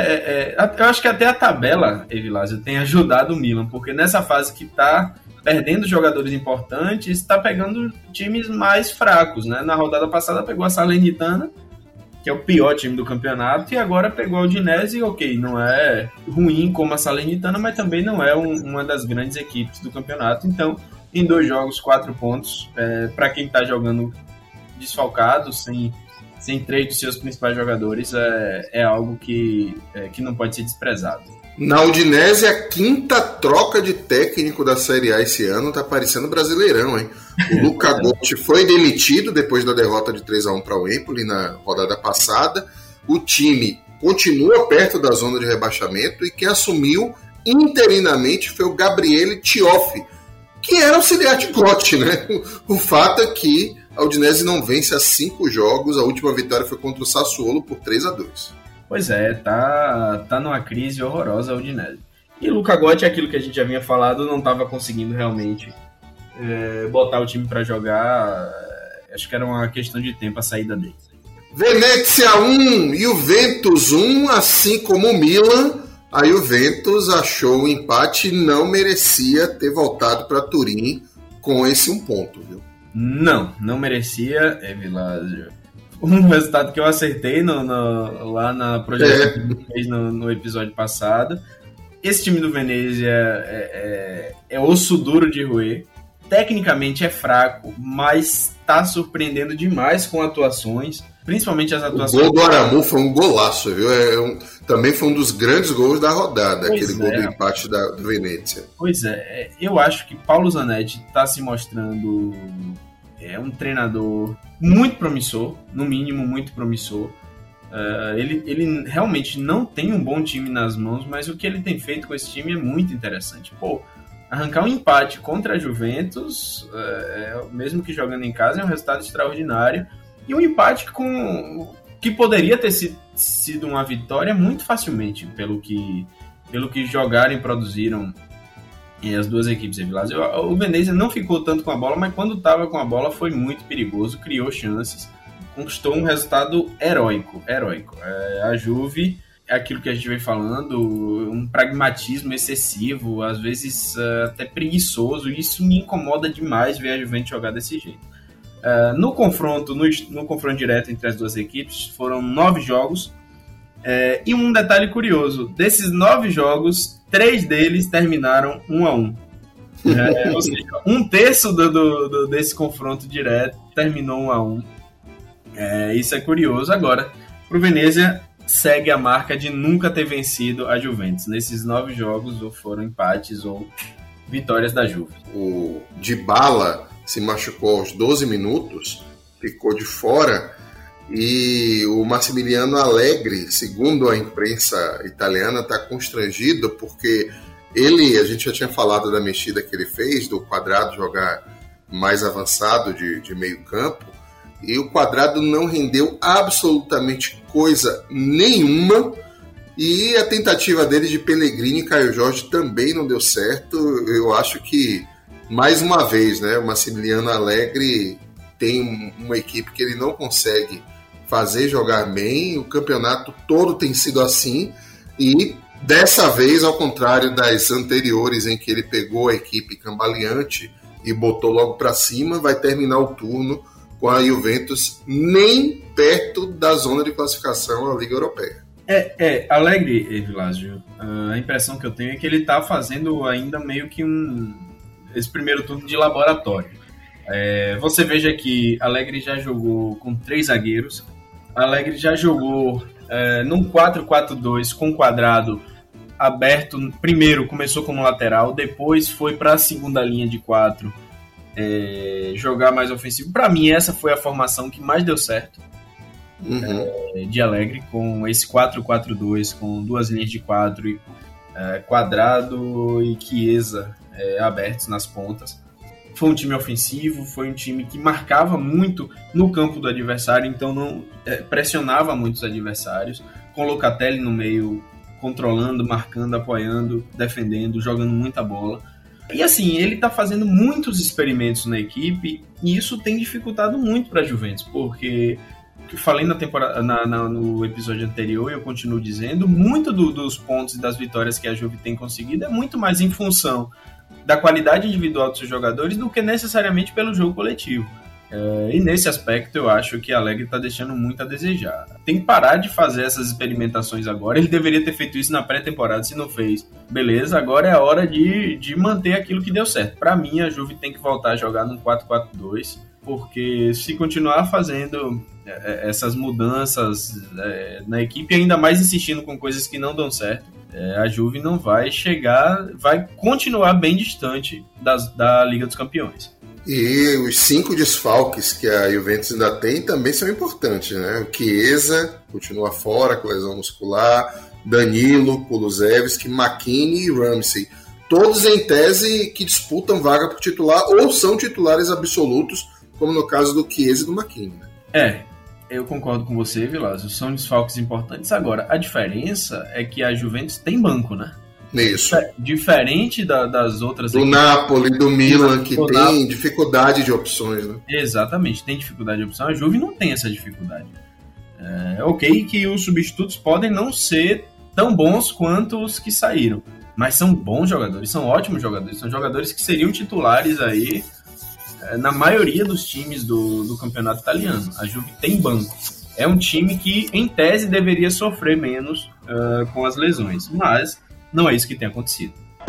eu acho que até a tabela, Evilásio, tem ajudado o Milan, porque nessa fase que tá perdendo jogadores importantes, está pegando times mais fracos, né? Na rodada passada pegou a Salernitana, que é o pior time do campeonato, e agora pegou a Udinese, ok, não é ruim como a Salernitana, mas também não é uma das grandes equipes do campeonato. Então, em 2 jogos, 4 pontos, para quem está jogando desfalcado, sem 3 dos seus principais jogadores, é algo que não pode ser desprezado. Na Udinese, a 5ª troca de técnico da Série A esse ano, tá parecendo Brasileirão, hein? O Luca Gotti foi demitido depois da derrota de 3-1 para o Empoli na rodada passada. O time continua perto da zona de rebaixamento e quem assumiu interinamente foi o Gabriele Tioffi, que era auxiliar de Gotti, né? O fato é que a Udinese não vence há 5 jogos, a última vitória foi contra o Sassuolo por 3-2. Pois tá numa crise horrorosa a Udinese. E Luca Gotti, aquilo que a gente já vinha falado, não estava conseguindo realmente botar o time para jogar. Acho que era uma questão de tempo a saída dele. Venezia 1, Juventus 1, assim como o Milan, a Juventus achou o empate e não merecia ter voltado para Turim com esse 1 ponto, viu? Não merecia, Vilásio. Um resultado que eu acertei lá na projeção que a gente fez no episódio passado. Esse time do Venezia é osso duro de roer. Tecnicamente é fraco, mas está surpreendendo demais com atuações, principalmente as atuações. O gol do Aramu foi um golaço, viu? Também foi um dos grandes gols da rodada, aquele gol do empate do Venezia. Pois é, eu acho que Paulo Zanetti está se mostrando um treinador muito promissor, no mínimo muito promissor. Ele realmente não tem um bom time nas mãos, mas o que ele tem feito com esse time é muito interessante. Arrancar um empate contra a Juventus, mesmo que jogando em casa, é um resultado extraordinário. E um empate que poderia ter sido uma vitória muito facilmente, pelo que jogaram e produziram as duas equipes. O Venezia não ficou tanto com a bola, mas quando estava com a bola foi muito perigoso, criou chances, conquistou um resultado heróico. A Juve é aquilo que a gente vem falando, um pragmatismo excessivo, às vezes até preguiçoso, e isso me incomoda demais ver a Juventus jogar desse jeito. No confronto direto entre as duas equipes, foram 9 jogos, e um detalhe curioso, desses 9 jogos, 3 deles terminaram 1-1. Ou seja, 1/3 desse confronto direto terminou 1-1. Isso é curioso. Agora, pro Venezia, segue a marca de nunca ter vencido a Juventus. Nesses 9 jogos, ou foram empates ou vitórias da Juve. O Dybala se machucou aos 12 minutos, ficou de fora, e o Massimiliano Allegri, segundo a imprensa italiana, está constrangido porque a gente já tinha falado da mexida que ele fez, do Quadrado jogar mais avançado de meio campo, e o Quadrado não rendeu absolutamente coisa nenhuma, e a tentativa dele de Pellegrini e Caio Jorge também não deu certo. Eu acho que, mais uma vez, né, o Massimiliano Allegri tem uma equipe que ele não consegue fazer jogar bem, o campeonato todo tem sido assim, e dessa vez, ao contrário das anteriores em que ele pegou a equipe cambaleante e botou logo para cima, vai terminar o turno com a Juventus nem perto da zona de classificação à Liga Europeia. Allegri, Vilásio, a impressão que eu tenho é que ele está fazendo ainda meio que esse primeiro turno de laboratório. Você veja que Allegri já jogou com 3 zagueiros, Allegri já jogou num 4-4-2 com Quadrado aberto. Primeiro começou como lateral, depois foi para a segunda linha de 4, jogar mais ofensivo. Para mim, essa foi a formação que mais deu certo de Allegri, com esse 4-4-2, com 2 linhas de 4, Quadrado e Chiesa abertos nas pontas. Foi um time ofensivo, foi um time que marcava muito no campo do adversário, então não pressionava muito os adversários, com Locatelli no meio, controlando, marcando, apoiando, defendendo, jogando muita bola. E assim, ele está fazendo muitos experimentos na equipe, e isso tem dificultado muito para a Juventus, porque, que eu falei no episódio anterior, e eu continuo dizendo, muito dos pontos e das vitórias que a Juve tem conseguido é muito mais em função da qualidade individual dos seus jogadores do que necessariamente pelo jogo coletivo. E nesse aspecto eu acho que Allegri está deixando muito a desejar. Tem que parar de fazer essas experimentações agora. Ele deveria ter feito isso na pré-temporada, se não fez. Beleza, agora é a hora de manter aquilo que deu certo. Para mim, a Juve tem que voltar a jogar num 4-4-2, porque se continuar fazendo essas mudanças na equipe, ainda mais insistindo com coisas que não dão certo, a Juve não vai chegar, vai continuar bem distante da Liga dos Campeões. E os 5 desfalques que a Juventus ainda tem também são importantes, né? O Chiesa continua fora com lesão muscular, Danilo, Kulusevski, McKennie e Ramsey. Todos em tese que disputam vaga por titular ou são titulares absolutos, como no caso do Chiesa e do McKennie, né? Eu concordo com você, Vilásio. São desfalques importantes. Agora, a diferença é que a Juventus tem banco, né? Isso. Diferente das outras do equipes. Napoli, do Milan, que tem dificuldade de opções, né? Exatamente, tem dificuldade de opção. A Juve não tem essa dificuldade. Ok que os substitutos podem não ser tão bons quanto os que saíram, mas são bons jogadores, são ótimos jogadores, são jogadores que seriam titulares aí na maioria dos times do campeonato italiano. A Juve tem banco. É um time que, em tese, deveria sofrer menos com as lesões, mas não é isso que tem acontecido.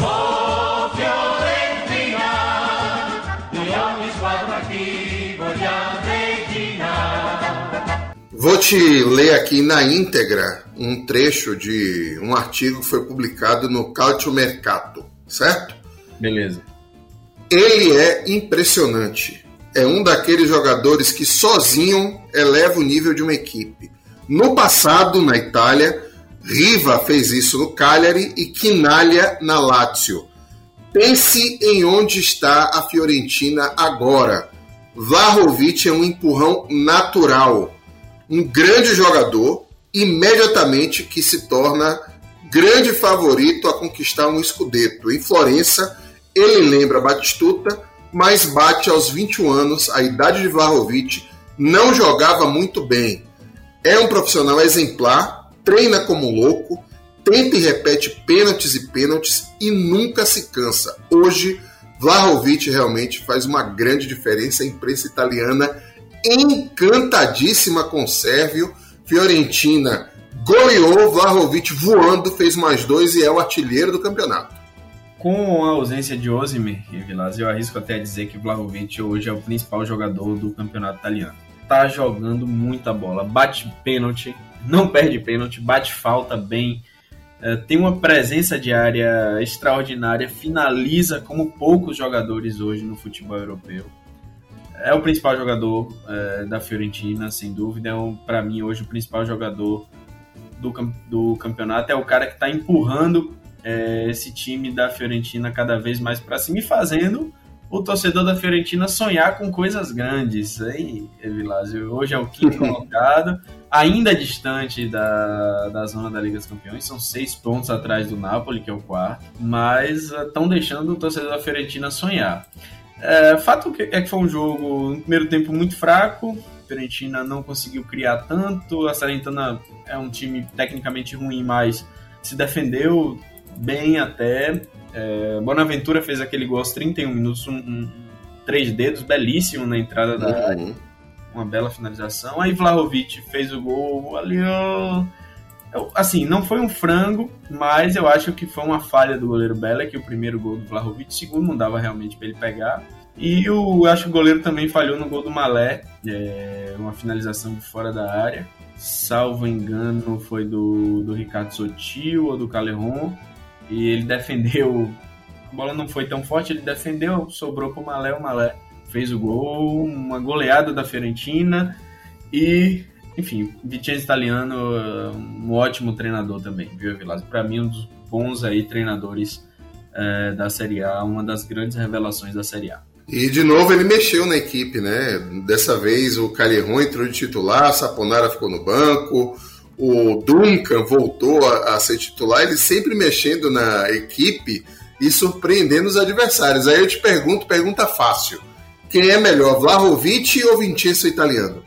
Vou te ler aqui na íntegra um trecho de um artigo que foi publicado no Calciomercato, certo? Beleza. Ele é impressionante. É um daqueles jogadores que sozinho eleva o nível de uma equipe. No passado, na Itália, Riva fez isso no Cagliari e Chinaglia na Lazio. Pense em onde está a Fiorentina agora. Vlahovic é um empurrão natural. Um grande jogador, imediatamente que se torna grande favorito a conquistar um Scudetto. Em Florença, ele lembra Batistuta, mas bate aos 21 anos, a idade de Vlahovic, não jogava muito bem. É um profissional exemplar, treina como louco, tenta e repete pênaltis e nunca se cansa. Hoje, Vlahovic realmente faz uma grande diferença. A imprensa italiana encantadíssima com o sérvio. Fiorentina goleou, Vlahovic voando, fez mais 2 e é o artilheiro do campeonato. Com a ausência de Osimhen e Villas, eu arrisco até dizer que Vlahovic hoje é o principal jogador do campeonato italiano. Tá jogando muita bola, bate pênalti, não perde pênalti, bate falta bem, tem uma presença de área extraordinária, finaliza como poucos jogadores hoje no futebol europeu. É o principal jogador da Fiorentina, sem dúvida. Para mim, hoje, o principal jogador do campeonato. É o cara que está empurrando esse time da Fiorentina cada vez mais para cima e fazendo o torcedor da Fiorentina sonhar com coisas grandes, hein, Evilásio? Hoje é o 5º colocado, ainda distante da zona da Liga dos Campeões, são 6 pontos atrás do Napoli, que é o 4º, mas estão deixando o torcedor da Fiorentina sonhar. Fato é que foi um jogo, no primeiro tempo, muito fraco, a Fiorentina não conseguiu criar tanto, a Salernitana é um time tecnicamente ruim, mas se defendeu bem até. Bonaventura fez aquele gol aos 31 minutos, 3 dedos, belíssimo na entrada da área, uma bela finalização. Aí Vlahovic fez o gol ali, assim, não foi um frango, mas eu acho que foi uma falha do goleiro Belek, o primeiro gol do Vlahovic, o segundo não dava realmente para ele pegar. E eu acho que o goleiro também falhou no gol do Malé, uma finalização de fora da área. Salvo engano, foi do Ricardo Sotil ou do Caleron. E ele defendeu, a bola não foi tão forte, ele defendeu, sobrou pro Malé, o Malé fez o gol, uma goleada da Fiorentina e, enfim, Vincenzo Italiano, um ótimo treinador também, viu, Vilas? Para mim, um dos bons aí treinadores da Série A, uma das grandes revelações da Série A. E de novo ele mexeu na equipe, né? Dessa vez o Caleron entrou de titular, Saponara ficou no banco, o Duncan voltou a ser titular, ele sempre mexendo na equipe e surpreendendo os adversários. Aí eu te pergunto, pergunta fácil: quem é melhor, Vlahovic ou Vincenzo Italiano?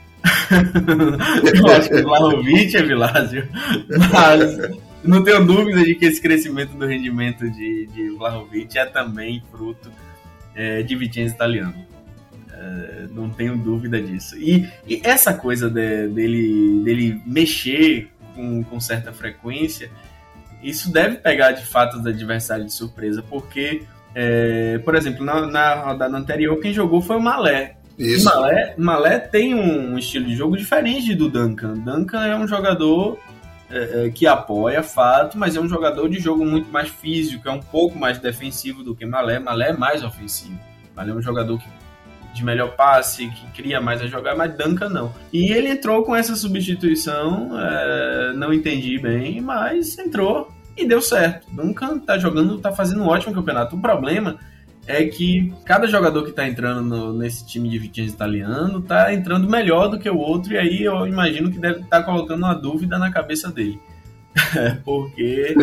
Eu acho que Vlahovic é Vilásio, mas não tenho dúvida de que esse crescimento do rendimento de Vlahovic é também fruto de Vincenzo Italiano. Não tenho dúvida disso. E essa coisa dele mexer com certa frequência, isso deve pegar de fato os adversários de surpresa, porque, por exemplo, na rodada anterior, quem jogou foi o Malé. Isso. Malé tem um estilo de jogo diferente do Duncan. Duncan é um jogador que apoia, fato, mas é um jogador de jogo muito mais físico, é um pouco mais defensivo do que Malé. Malé é mais ofensivo. Malé é um jogador de melhor passe, que cria mais a jogar, mas Duncan não. E ele entrou com essa substituição, não entendi bem, mas entrou e deu certo. Duncan tá fazendo um ótimo campeonato. O problema é que cada jogador que tá entrando nesse time de Vincenzo Italiano tá entrando melhor do que o outro, e aí eu imagino que deve estar colocando uma dúvida na cabeça dele. Porque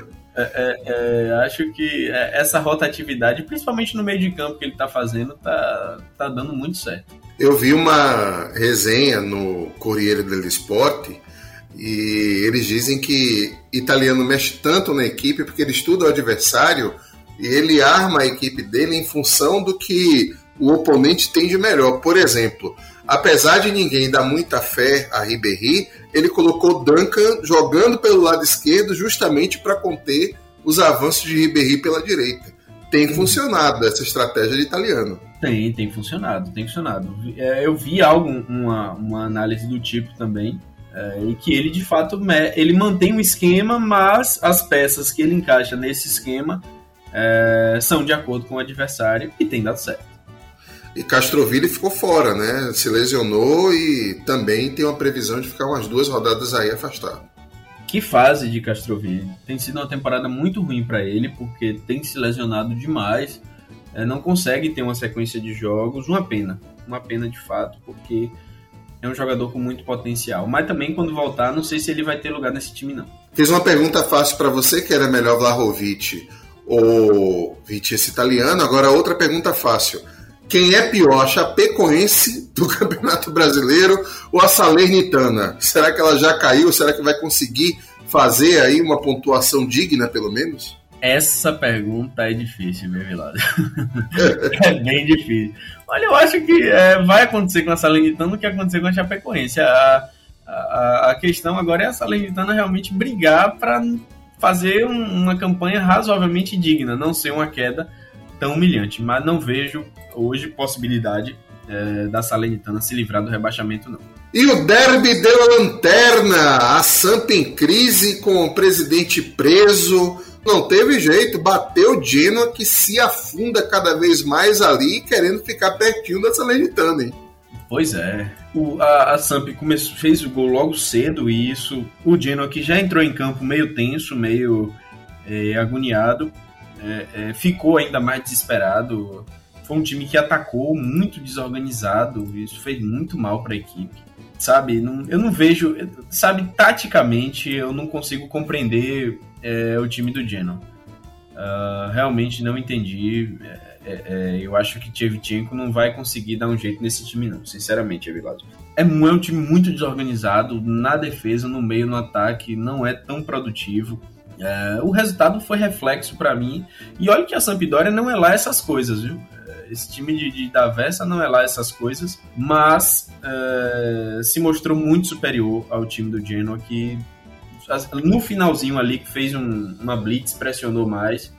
acho que essa rotatividade, principalmente no meio de campo que ele tá fazendo, tá dando muito certo. Eu vi uma resenha no Corriere dello Sport e eles dizem que Italiano mexe tanto na equipe porque ele estuda o adversário e ele arma a equipe dele em função do que o oponente tem de melhor. Por exemplo, apesar de ninguém dar muita fé a Ribéry, ele colocou Duncan jogando pelo lado esquerdo justamente para conter os avanços de Ribéry pela direita. Tem funcionado essa estratégia de Italiano. Tem funcionado. Eu vi uma análise do tipo também, e que ele de fato ele mantém um esquema, mas as peças que ele encaixa nesse esquema são de acordo com o adversário e tem dado certo. E Castrovilli ficou fora, né? Se lesionou e também tem uma previsão de ficar umas 2 rodadas aí afastado. Que fase de Castrovilli. Tem sido uma temporada muito ruim para ele, porque tem se lesionado demais, não consegue ter uma sequência de jogos, uma pena de fato, porque é um jogador com muito potencial. Mas também quando voltar, não sei se ele vai ter lugar nesse time não. Fiz uma pergunta fácil para você, que era melhor Vlahovic ou Vincenzo Italiano. Agora outra pergunta fácil: quem é pior, a Chapecoense do Campeonato Brasileiro ou a Salernitana? Será que ela já caiu? Será que vai conseguir fazer aí uma pontuação digna, pelo menos? Essa pergunta é difícil, meu Vilado. É bem difícil. Olha, eu acho que vai acontecer com a Salernitana o que aconteceu com a Chapecoense. A questão agora é a Salernitana realmente brigar para fazer uma campanha razoavelmente digna, não ser uma queda tão humilhante, mas não vejo hoje possibilidade da Salernitana se livrar do rebaixamento, não. E o derby della Lanterna, a Samp em crise com o presidente preso, não teve jeito, bateu o Genoa, que se afunda cada vez mais ali, querendo ficar pertinho da Salernitana, hein? Pois é, a Samp fez o gol logo cedo, e isso, o Genoa, que já entrou em campo meio tenso, meio agoniado, ficou ainda mais desesperado. foi um time que atacou muito desorganizado, isso fez muito mal para a equipe. Sabe, eu não vejo, sabe, taticamente eu não consigo compreender o time do Genoa. Realmente não entendi. Eu acho que Shevchenko não vai conseguir dar um jeito nesse time não, sinceramente, Vilazo. É um time muito desorganizado, na defesa, no meio, no ataque, não é tão produtivo. O resultado foi reflexo para mim, e olha que a Sampdoria não é lá essas coisas, viu? Esse time da Versa não é lá essas coisas, mas se mostrou muito superior ao time do Genoa, que no finalzinho ali que fez uma blitz, pressionou mais,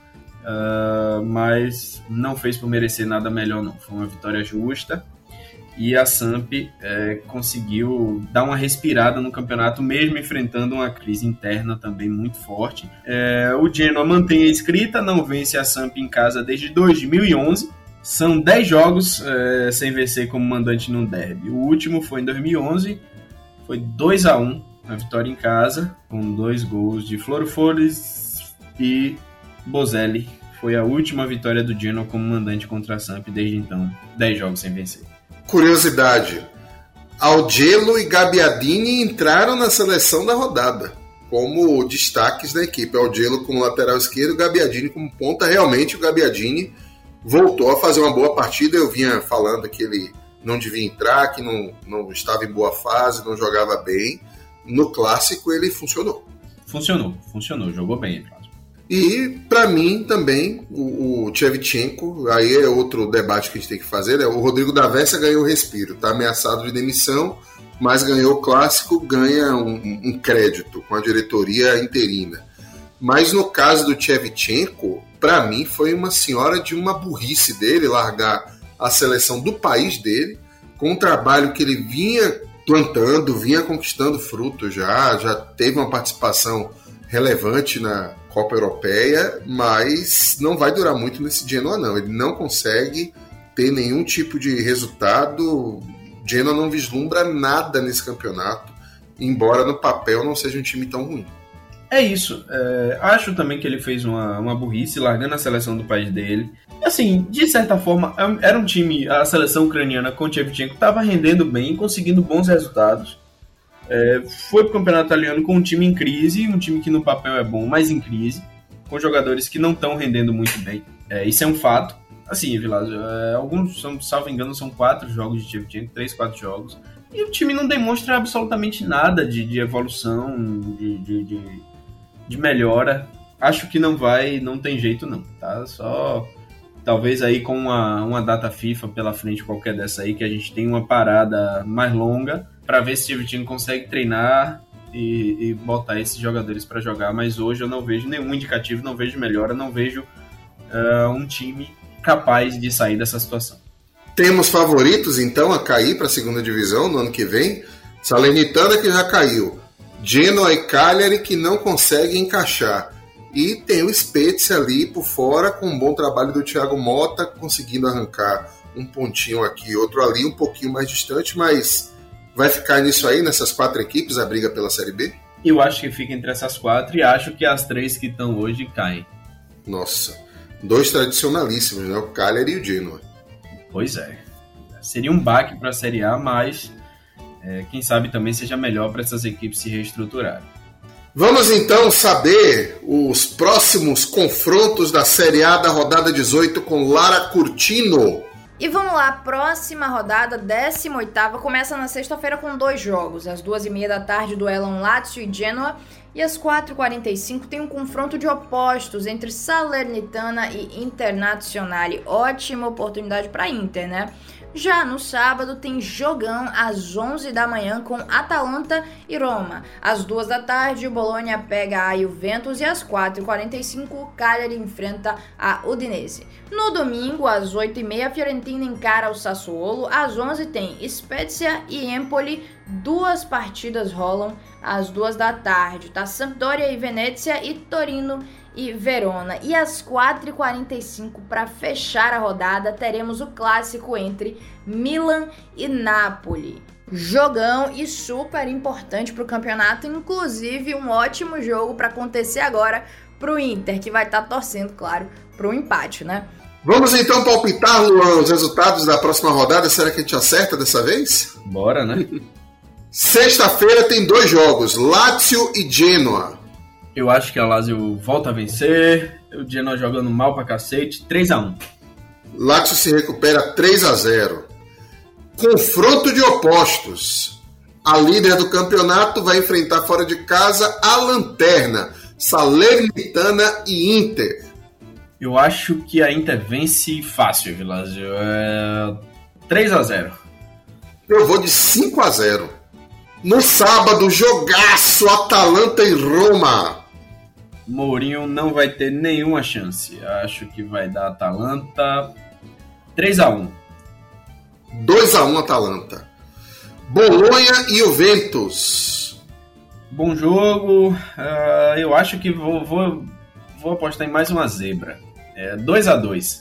mas não fez por merecer nada melhor não. Foi uma vitória justa e a Samp conseguiu dar uma respirada no campeonato, mesmo enfrentando uma crise interna também muito forte. O Genoa mantém a escrita, não vence a Samp em casa desde 2011. São 10 jogos sem vencer como mandante num derby. O último foi em 2011, foi 2-1, a vitória em casa, com 2 gols de Florofores e Bozelli. Foi a última vitória do Genoa como mandante contra a Samp, desde então, 10 jogos sem vencer. Curiosidade, Augello e Gabbiadini entraram na seleção da rodada como destaques da equipe. Augello como lateral esquerdo, Gabbiadini como ponta. Realmente o Gabbiadini voltou a fazer uma boa partida. Eu vinha falando que ele não devia entrar, que não estava em boa fase, não jogava bem. No clássico ele funcionou. Funcionou, jogou bem, claro. E para mim também o Shevchenko, aí é outro debate que a gente tem que fazer, né? O Rodrigo da Versa ganhou respiro, tá ameaçado de demissão, mas ganhou o clássico, ganha um crédito com a diretoria interina. Mas no caso do Shevchenko, para mim foi uma senhora de uma burrice dele largar a seleção do país dele, com um trabalho que ele vinha plantando, vinha conquistando frutos já teve uma participação relevante na Copa Europeia, mas não vai durar muito nesse Genoa não, ele não consegue ter nenhum tipo de resultado. Genoa não vislumbra nada nesse campeonato, embora no papel não seja um time tão ruim. É isso, acho também que ele fez uma burrice largando a seleção do país dele. Assim, de certa forma, era um time, a seleção ucraniana com o Shevchenko estava rendendo bem, conseguindo bons resultados. Foi pro campeonato italiano com um time em crise, um time que no papel é bom, mas em crise, com jogadores que não estão rendendo muito bem. Isso é um fato. Assim, Vilazo, alguns, salvo engano, são 4 jogos de Shevchenko, 3, 4 jogos, e o time não demonstra absolutamente nada de evolução, de melhora. Acho que não tem jeito não, tá? Só talvez aí com uma data FIFA pela frente, qualquer dessa aí, que a gente tem uma parada mais longa, para ver se o time consegue treinar e botar esses jogadores para jogar, mas hoje eu não vejo nenhum indicativo, não vejo melhora, não vejo um time capaz de sair dessa situação. Temos favoritos então a cair para a segunda divisão no ano que vem. Salernitana, que já caiu, Genoa e Cagliari, que não conseguem encaixar, e tem o Spezia ali por fora, com um bom trabalho do Thiago Motta, conseguindo arrancar um pontinho aqui, outro ali, um pouquinho mais distante, mas vai ficar nisso aí, nessas 4 equipes, a briga pela Série B? Eu acho que fica entre essas 4 e acho que as 3 que estão hoje caem. Nossa, 2 tradicionalíssimos, né? O Cagliari e o Genoa. Pois é. Seria um baque para a Série A, mas quem sabe também seja melhor para essas equipes se reestruturarem. Vamos então saber os próximos confrontos da Série A da rodada 18 com Lara Curtino. E vamos lá, próxima rodada, 18ª, começa na sexta-feira com 2 jogos. Às 2h30 da tarde duelam Lazio e Genoa, e às 4h45 tem um confronto de opostos entre Salernitana e Internazionale. Ótima oportunidade para Inter, né? Já no sábado tem jogão às 11 da manhã com Atalanta e Roma. Às 2 da tarde o Bologna pega a Juventus e às 4h45 o Cagliari enfrenta a Udinese. No domingo às 8h30 a Fiorentina encara o Sassuolo. Às 11 tem Spezia e Empoli. 2 partidas rolam às 2 da tarde. Tá Sampdoria e Venezia e Torino e Verona. E às 4h45, para fechar a rodada, teremos o clássico entre Milan e Napoli. Jogão e super importante para o campeonato, inclusive um ótimo jogo para acontecer agora para o Inter, que vai estar torcendo, claro, para o empate, né? Vamos então palpitar, Luan, os resultados da próxima rodada. Será que a gente acerta dessa vez? Bora, né? Sexta-feira tem 2 jogos, Lazio e Genoa. Eu acho que a Lazio volta a vencer. O Genoa jogando mal pra cacete. 3-1. Lazio se recupera 3-0. Confronto de opostos. A líder do campeonato vai enfrentar fora de casa a lanterna, Salernitana e Inter. Eu acho que a Inter vence fácil, Vilásio. 3-0. Eu vou de 5-0. No sábado, jogaço, Atalanta e Roma. Mourinho não vai ter nenhuma chance. Acho que vai dar Atalanta 3-1. 2-1 Atalanta. Bolonha e Juventus. Bom jogo. Eu acho que vou apostar em mais uma zebra. 2-2.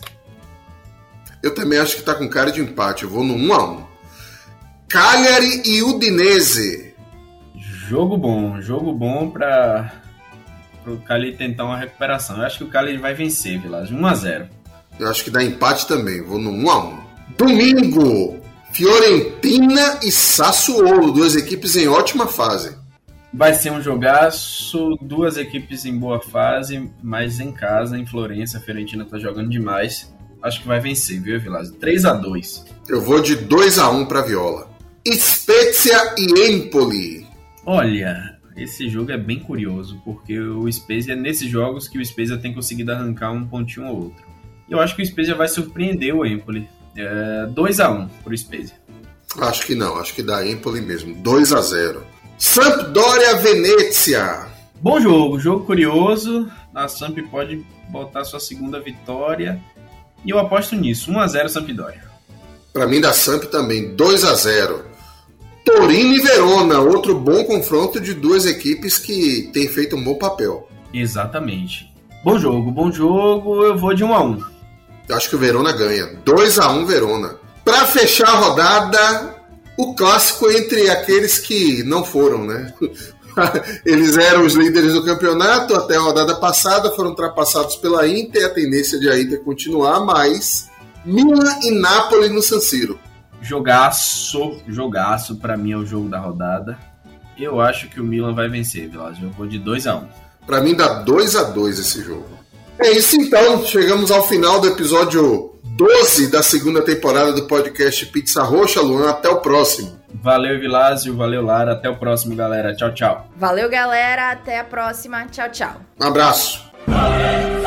Eu também acho que tá com cara de empate. Eu vou no 1-1. Cagliari e Udinese. Jogo bom para o Cagliari tentar uma recuperação. Eu acho que o Cagliari vai vencer, Vilásio. 1-0. Eu acho que dá empate também. Vou no 1-1. Domingo, Fiorentina e Sassuolo. 2 equipes em ótima fase. Vai ser um jogaço, 2 equipes em boa fase, mas em casa, em Florença, a Fiorentina tá jogando demais. Acho que vai vencer, viu, Vilásio? 3-2. Eu vou de 2-1 para Viola. Spezia e Empoli. Olha, esse jogo é bem curioso, porque o Spezia é nesses jogos que o Spezia tem conseguido arrancar um pontinho ou outro. E eu acho que o Spezia vai surpreender o Empoli. 2-1 pro Spezia. Acho que não, acho que dá Empoli mesmo. 2-0. Sampdoria Venezia. Bom jogo curioso. A Samp pode botar sua segunda vitória. E eu aposto nisso, 1-0 Sampdoria. Para mim da Samp também, 2-0. Torino e Verona, outro bom confronto de 2 equipes que têm feito um bom papel. Exatamente. Bom jogo, eu vou de 1-1. Eu acho que o Verona ganha, 2-1 Verona. Para fechar a rodada, o clássico entre aqueles que não foram, né? Eles eram os líderes do campeonato até a rodada passada, foram ultrapassados pela Inter, a tendência de a Inter continuar, mas Milan e Napoli no San Siro. Jogaço, pra mim é o jogo da rodada. Eu acho que o Milan vai vencer, Vilásio. Eu vou de 2-1. Pra mim dá 2-2 esse jogo. É isso então, chegamos ao final do episódio 12 da segunda temporada do podcast Pizza Roxa. Luan, até o próximo. Valeu, Vilásio, valeu, Lara, até o próximo, galera. Tchau, tchau. Valeu, galera, até a próxima. Tchau, tchau. Um abraço. Vale.